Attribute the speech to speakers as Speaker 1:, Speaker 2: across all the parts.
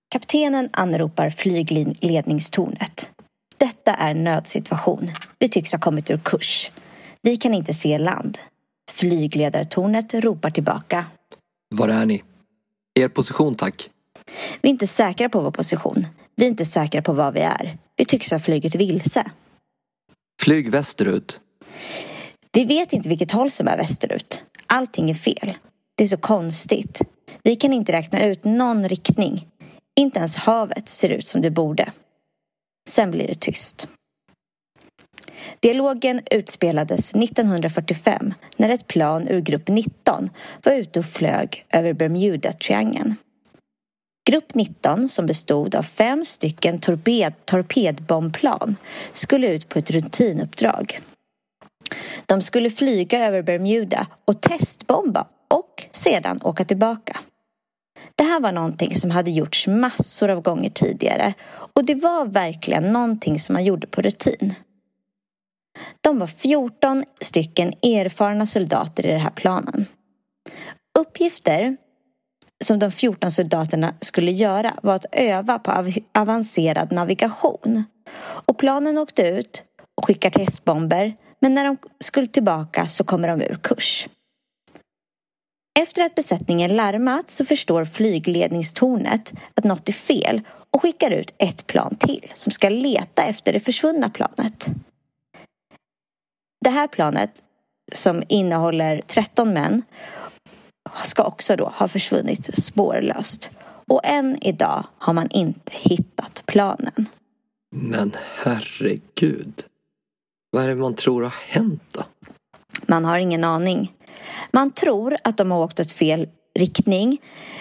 Speaker 1: Kaptenen anropar flygledningstornet. Detta är en nödsituation. Vi tycks ha kommit ur kurs. Vi kan inte se land. Flygledartornet ropar tillbaka.
Speaker 2: Var är ni? Er position, tack.
Speaker 1: Vi är inte säkra på vår position. Vi är inte säkra på var vi är. Vi tycks ha flugit vilse.
Speaker 2: Flyg västerut.
Speaker 1: Vi vet inte vilket håll som är västerut. Allting är fel. Det är så konstigt. Vi kan inte räkna ut någon riktning. Inte ens havet ser ut som det borde. Sen blir det tyst. Dialogen utspelades 1945 när ett plan ur grupp 19 var ute och flög över Bermuda-triangeln. Grupp 19, som bestod av 5 stycken torpedbombplan, skulle ut på ett rutinuppdrag. De skulle flyga över Bermuda och testbomba och sedan åka tillbaka. Det här var någonting som hade gjorts massor av gånger tidigare och det var verkligen någonting som man gjorde på rutin. De var 14 stycken erfarna soldater i det här planen. Uppgifter som de 14 soldaterna skulle göra var att öva på avancerad navigation. Och planen åkte ut och skickar testbomber, men när de skulle tillbaka så kommer de ur kurs. Efter att besättningen larmat så förstår flygledningstornet att något är fel och skickar ut ett plan till som ska leta efter det försvunna planet. Det här planet, som innehåller 13 män, ska också då ha försvunnit spårlöst. Och än idag har man inte hittat planen.
Speaker 2: Men herregud. Vad är det man tror har hänt då?
Speaker 1: Man har ingen aning. Man tror att de har åkt åt fel riktning.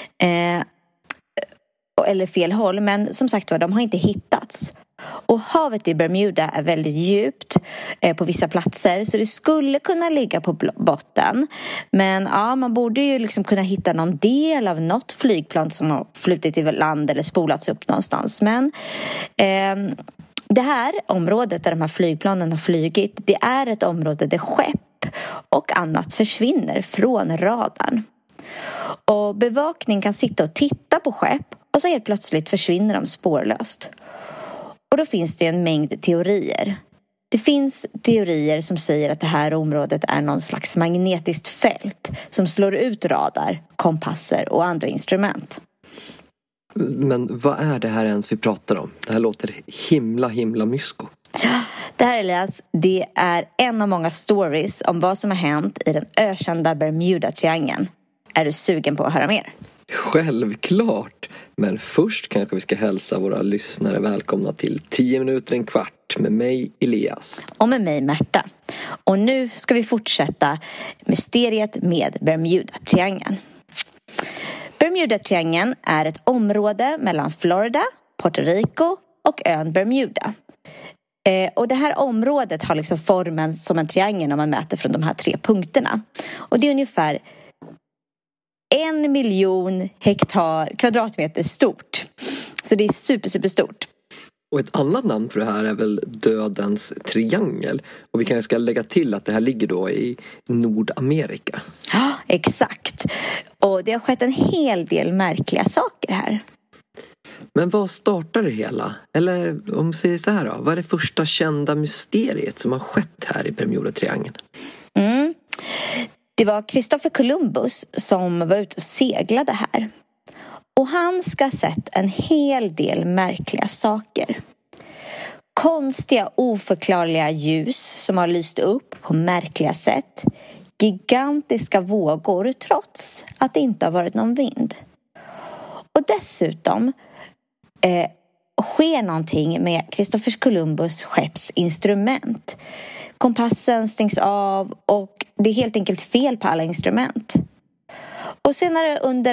Speaker 1: Eller fel håll. Men som sagt var, de har inte hittats. Och havet i Bermuda är väldigt djupt på vissa platser. Så det skulle kunna ligga på botten. Men ja, man borde ju liksom kunna hitta någon del av något flygplan som har flutit i land eller spolats upp någonstans. Men det här området där de här flygplanen har flugit, det är ett område där skepp och annat försvinner från radarn. Och bevakning kan sitta och titta på skepp och så helt plötsligt försvinner de spårlöst. Och då finns det en mängd teorier. Det finns teorier som säger att det här området är någon slags magnetiskt fält som slår ut radar, kompasser och andra instrument.
Speaker 2: Men vad är det här ens vi pratar om? Det här låter himla mysko.
Speaker 1: Det här, Elias, det är en av många stories om vad som har hänt i den ökända Bermuda-triangeln. Är du sugen på att höra mer?
Speaker 2: Självklart! Men först kanske vi ska hälsa våra lyssnare välkomna till 10 minuter en kvart med mig, Elias.
Speaker 1: Och med mig, Märta. Och nu ska vi fortsätta mysteriet med Bermuda-triangeln. Bermuda-triangeln är ett område mellan Florida, Puerto Rico och ön Bermuda. Och det här området har liksom formen som en triangel när man mäter från de här 3 punkterna. Och det är ungefär 1 miljon kvadratmeter stort. Så det är superstort.
Speaker 2: Och ett annat namn för det här är väl dödens triangel. Och vi kanske ska lägga till att det här ligger då i Nordamerika.
Speaker 1: Ja, exakt. Och det har skett en hel del märkliga saker här.
Speaker 2: Men vad startar det hela? Eller om vi säger så här då. Vad är det första kända mysteriet som har skett här i Bermuda-triangeln?
Speaker 1: Det var Christopher Columbus som var ute och seglade här. Och han ska ha sett en hel del märkliga saker. Konstiga, oförklarliga ljus som har lyst upp på märkliga sätt. Gigantiska vågor trots att det inte har varit någon vind. Och dessutom sker någonting med Christopher Columbus skeppsinstrument. Kompassen stängs av och det är helt enkelt fel på alla instrument. Och senare under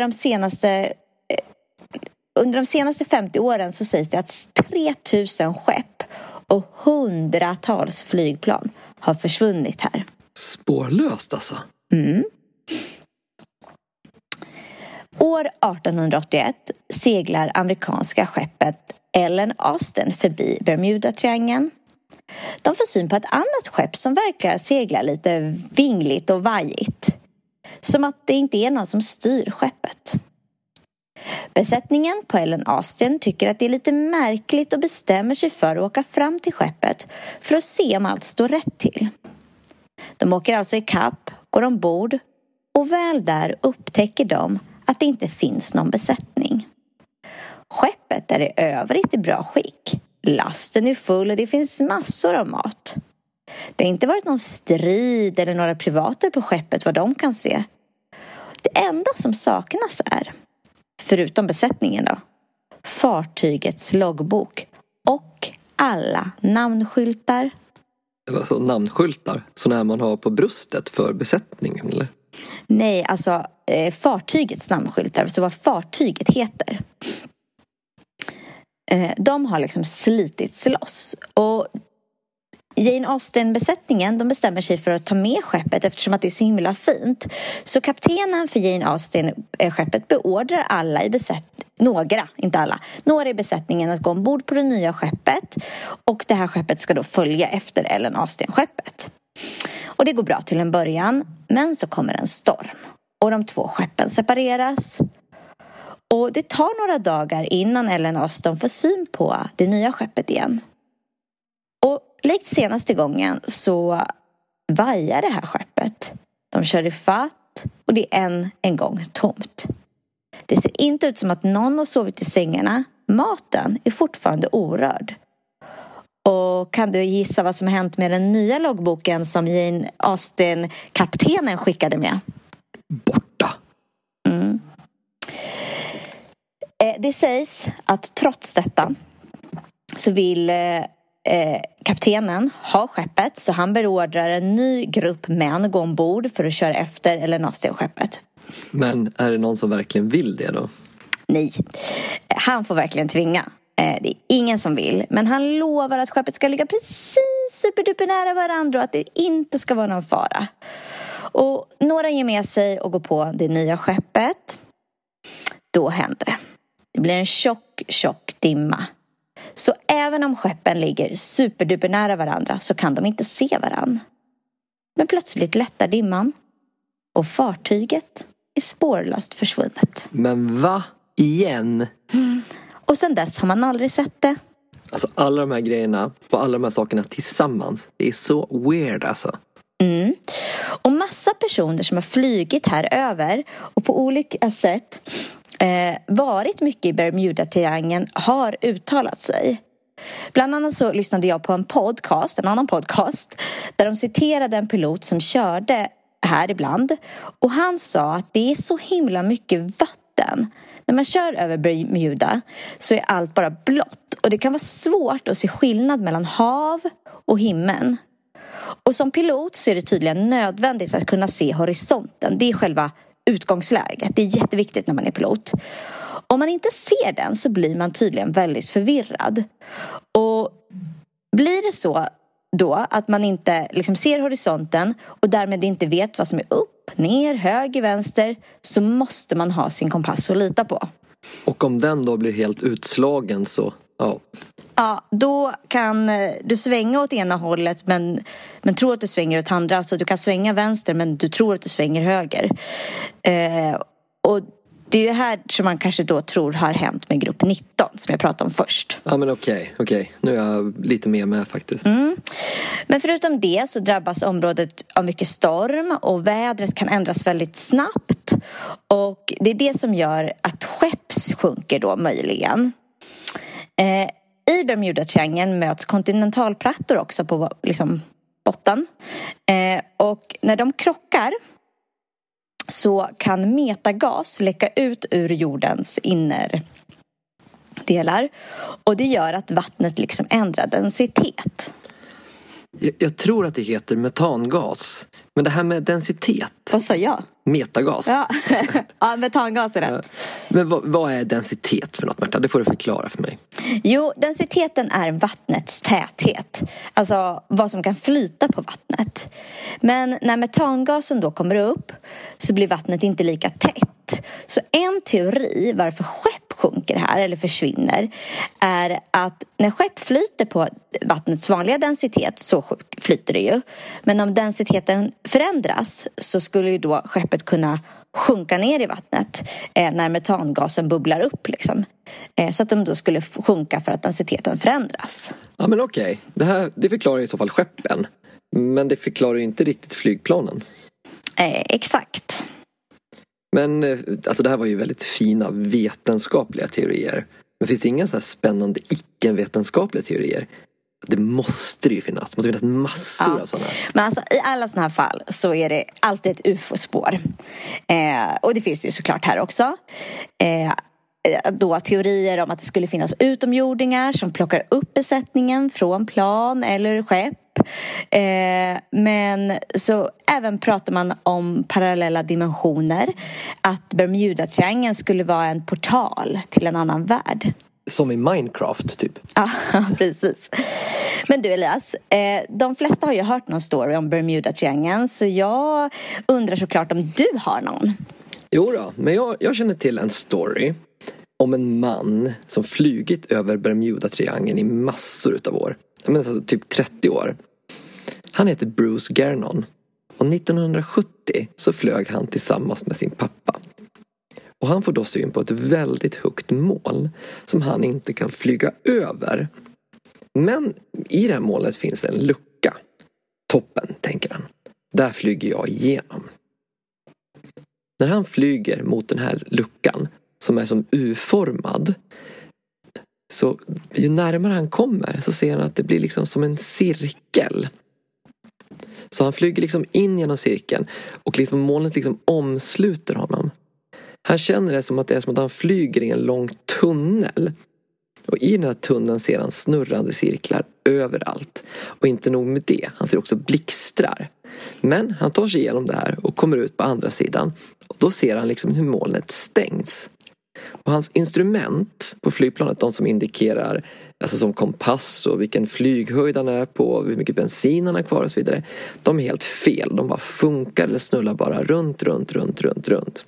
Speaker 1: de senaste 50 åren så sägs det att 3000 skepp och hundratals flygplan har försvunnit här.
Speaker 2: Spårlöst alltså?
Speaker 1: År 1881 seglar amerikanska skeppet Ellen Austin förbi Bermuda-triangeln. De får syn på ett annat skepp som verkar segla lite vingligt och vajigt. Som att det inte är någon som styr skeppet. Besättningen på Ellen Austin tycker att det är lite märkligt och bestämmer sig för att åka fram till skeppet för att se om allt står rätt till. De åker alltså i kapp, går ombord och väl där upptäcker de att det inte finns någon besättning. Skeppet är i övrigt i bra skick. Lasten är full och det finns massor av mat. Det har inte varit någon strid eller några privater på skeppet vad de kan se. Det enda som saknas är, förutom besättningen då, fartygets loggbok och alla namnskyltar.
Speaker 2: Alltså namnskyltar? Sådana man har på bröstet för besättningen, eller?
Speaker 1: Nej, alltså fartygets namnskyltar, så vad fartyget heter. De har liksom slitits loss. Och Jane Austen-besättningen, de bestämmer sig för att ta med skeppet eftersom att det är så himla fint. Så kaptenen för Jane Austen-skeppet beordrar alla i några i besättningen att gå ombord på det nya skeppet. Och det här skeppet ska då följa efter Ellen Austen-skeppet. Och det går bra till en början, men så kommer en storm. Och de två skeppen separeras. Och det tar några dagar innan Ellen Austen får syn på det nya skeppet igen. Och likt senaste gången så vajar det här skeppet. De kör i fatt och det är en gång tomt. Det ser inte ut som att någon har sovit i sängarna. Maten är fortfarande orörd. Och kan du gissa vad som har hänt med den nya loggboken som Jane Austen-kaptenen skickade med?
Speaker 2: Borta.
Speaker 1: Det sägs att trots detta så vill kaptenen ha skeppet, så han beordrar en ny grupp män gå ombord för att köra efter Ellen Austen-skeppet.
Speaker 2: Men är det någon som verkligen vill det då?
Speaker 1: Nej, han får verkligen tvinga. Det är ingen som vill, men han lovar att skeppet ska ligga precis superduper nära varandra och att det inte ska vara någon fara. Och några ger med sig och går på det nya skeppet. Då händer det. Det blir en tjock dimma. Så även om skeppen ligger superduper nära varandra så kan de inte se varann. Men plötsligt lättar dimman och fartyget är spårlöst försvunnet.
Speaker 2: Men va? Igen?
Speaker 1: Och sen dess har man aldrig sett det.
Speaker 2: Alltså alla de här grejerna och alla de här sakerna tillsammans, det är så weird alltså.
Speaker 1: Och massa personer som har flygit här över och på olika sätt varit mycket i Bermuda-triangeln har uttalat sig. Bland annat så lyssnade jag på en annan podcast där de citerade en pilot som körde här ibland, och han sa att det är så himla mycket vatten. När man kör över Bermuda så är allt bara blått och det kan vara svårt att se skillnad mellan hav och himmel. Och som pilot så är det tydligen nödvändigt att kunna se horisonten. Det är själva utgångsläget. Det är jätteviktigt när man är pilot. Om man inte ser den så blir man tydligen väldigt förvirrad. Och blir det så då att man inte liksom ser horisonten och därmed inte vet vad som är upp, ner, höger, vänster, så måste man ha sin kompass att lita på.
Speaker 2: Och om den då blir helt utslagen så, ja.
Speaker 1: Ja, då kan du svänga åt ena hållet men tror att du svänger åt andra. Alltså du kan svänga vänster men du tror att du svänger höger. Och det är ju här som man kanske då tror har hänt med grupp 19 som jag pratade om först.
Speaker 2: Ja men okej. Nu är jag lite med faktiskt.
Speaker 1: Men förutom det så drabbas området av mycket storm och vädret kan ändras väldigt snabbt. Och det är det som gör att skepp sjunker då möjligen. I Bermuda-triangeln möts kontinentalplattor också på liksom botten. Och när de krockar så kan metagas läcka ut ur jordens innerdelar. Och det gör att vattnet liksom ändrar densitet.
Speaker 2: Jag tror att det heter metangas. Men det här med densitet.
Speaker 1: Vad sa jag?
Speaker 2: Metagas.
Speaker 1: Ja, ja, metangas är rätt.
Speaker 2: Men vad är densitet för något, Märta? Det får du förklara för mig.
Speaker 1: Jo, densiteten är vattnets täthet. Alltså vad som kan flyta på vattnet. Men när metangasen då kommer upp så blir vattnet inte lika tätt. Så en teori varför skepp sjunker här eller försvinner är att när skepp flyter på vattnets vanliga densitet så flyter det ju. Men om densiteten förändras så skulle ju då skeppet kunna sjunka ner i vattnet när metangasen bubblar upp liksom. Så att de då skulle sjunka för att densiteten förändras.
Speaker 2: Ja, men okej. Det förklarar i så fall skeppen. Men det förklarar ju inte riktigt flygplanen.
Speaker 1: Exakt.
Speaker 2: Men alltså det här var ju väldigt fina vetenskapliga teorier. Men finns det inga så här spännande icke-vetenskapliga teorier? Det måste ju finnas. Det måste finnas massor av sådana.
Speaker 1: Men alltså, i alla sådana här fall så är det alltid ett UFO-spår. Och det finns det ju såklart här också. Då teorier om att det skulle finnas utomjordingar som plockar upp besättningen från plan eller skepp. Men så även pratar man om parallella dimensioner. Att Bermuda-triangeln skulle vara en portal till en annan värld.
Speaker 2: Som i Minecraft typ.
Speaker 1: Ja, precis. Men du Elias, de flesta har ju hört någon story om Bermuda-triangeln. Så jag undrar såklart om du har någon.
Speaker 2: Jo då, men jag känner till en story om en man som flugit över Bermuda-triangeln i massor utav år. Jag menar alltså typ 30 år. Han heter Bruce Gernon. Och 1970 så flög han tillsammans med sin pappa. Och han får då syn på ett väldigt högt moln som han inte kan flyga över. Men i det här molnet finns en lucka. Toppen, tänker han. Där flyger jag igenom. När han flyger mot den här luckan som är som U-formad, så ju närmare han kommer så ser han att det blir liksom som en cirkel. Så han flyger liksom in genom cirkeln och liksom molnet liksom omsluter honom. Han känner det som att det är som att han flyger i en lång tunnel. Och i den här tunneln ser han snurrande cirklar överallt. Och inte nog med det, han ser också blixtrar. Men han tar sig igenom det här och kommer ut på andra sidan. Och då ser han liksom hur molnet stängs. Och hans instrument på flygplanet, de som indikerar, alltså som kompass och vilken flyghöjd han är på, hur mycket bensin han har kvar och så vidare, de är helt fel. De bara funkar eller snurrar bara runt.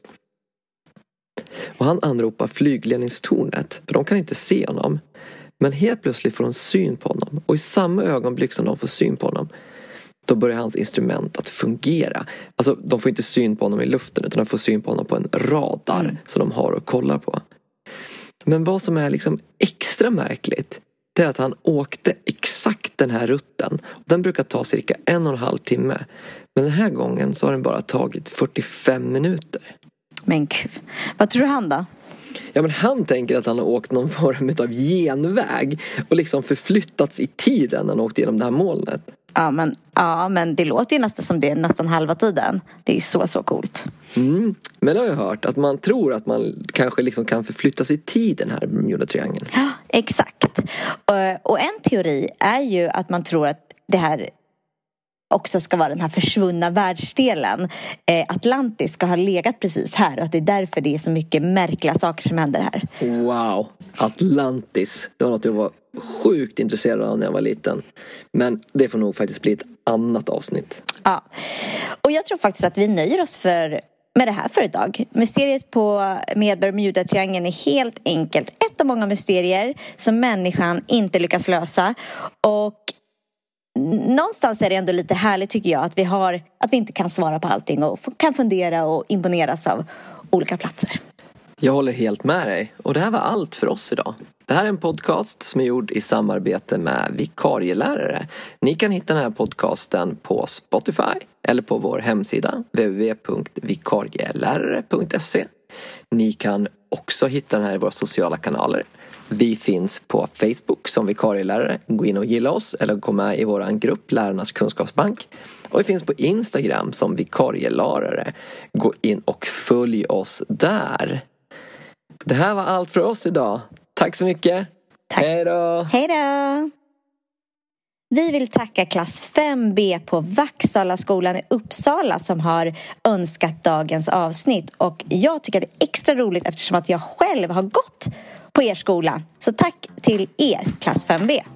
Speaker 2: Och han anropar flygledningstornet, för de kan inte se honom. Men helt plötsligt får de syn på honom. Och i samma ögonblick som de får syn på honom, då börjar hans instrument att fungera. Alltså de får inte syn på honom i luften, utan de får syn på honom på en radar som de har och kollar på. Men vad som är liksom extra märkligt, det är att han åkte exakt den här rutten. Den brukar ta cirka 1,5 timme. Men den här gången så har den bara tagit 45 minuter.
Speaker 1: Men gud, vad tror han då?
Speaker 2: Ja, men han tänker att han har åkt någon form av genväg och liksom förflyttats i tiden när han åkte genom det här molnet.
Speaker 1: Ja, men det låter ju nästan som det är nästan halva tiden. Det är så coolt.
Speaker 2: Men jag har hört att man tror att man kanske liksom kan förflyttas i tiden här i Bermuda-triangeln.
Speaker 1: Ja, exakt. Och en teori är ju att man tror att det här också ska vara den här försvunna världsdelen. Atlantis ska ha legat precis här och att det är därför det är så mycket märkliga saker som händer här.
Speaker 2: Wow, Atlantis. Det var något jag var sjukt intresserad av när jag var liten. Men det får nog faktiskt bli ett annat avsnitt.
Speaker 1: Ja, och jag tror faktiskt att vi nöjer oss med det här för idag. Mysteriet med Bermuda-triangeln är helt enkelt ett av många mysterier som människan inte lyckas lösa. Och någonstans är det ändå lite härligt tycker jag att vi inte kan svara på allting och kan fundera och imponeras av olika platser.
Speaker 2: Jag håller helt med dig. Och det här var allt för oss idag. Det här är en podcast som är gjord i samarbete med vikarielärare. Ni kan hitta den här podcasten på Spotify eller på vår hemsida www.vikarielärare.se. Ni kan också hitta den här i våra sociala kanaler. Vi finns på Facebook som vikarielärare. Gå in och gilla oss eller gå med i vår grupp Lärarnas kunskapsbank. Och vi finns på Instagram som vikarielärare. Gå in och följ oss där. Det här var allt för oss idag. Tack så mycket.
Speaker 1: Tack.
Speaker 2: Hej då.
Speaker 1: Hej då. Vi vill tacka klass 5B på Vaksalaskolan i Uppsala som har önskat dagens avsnitt. Och jag tycker det är extra roligt eftersom att jag själv har gått på er skola. Så tack till er, klass 5B.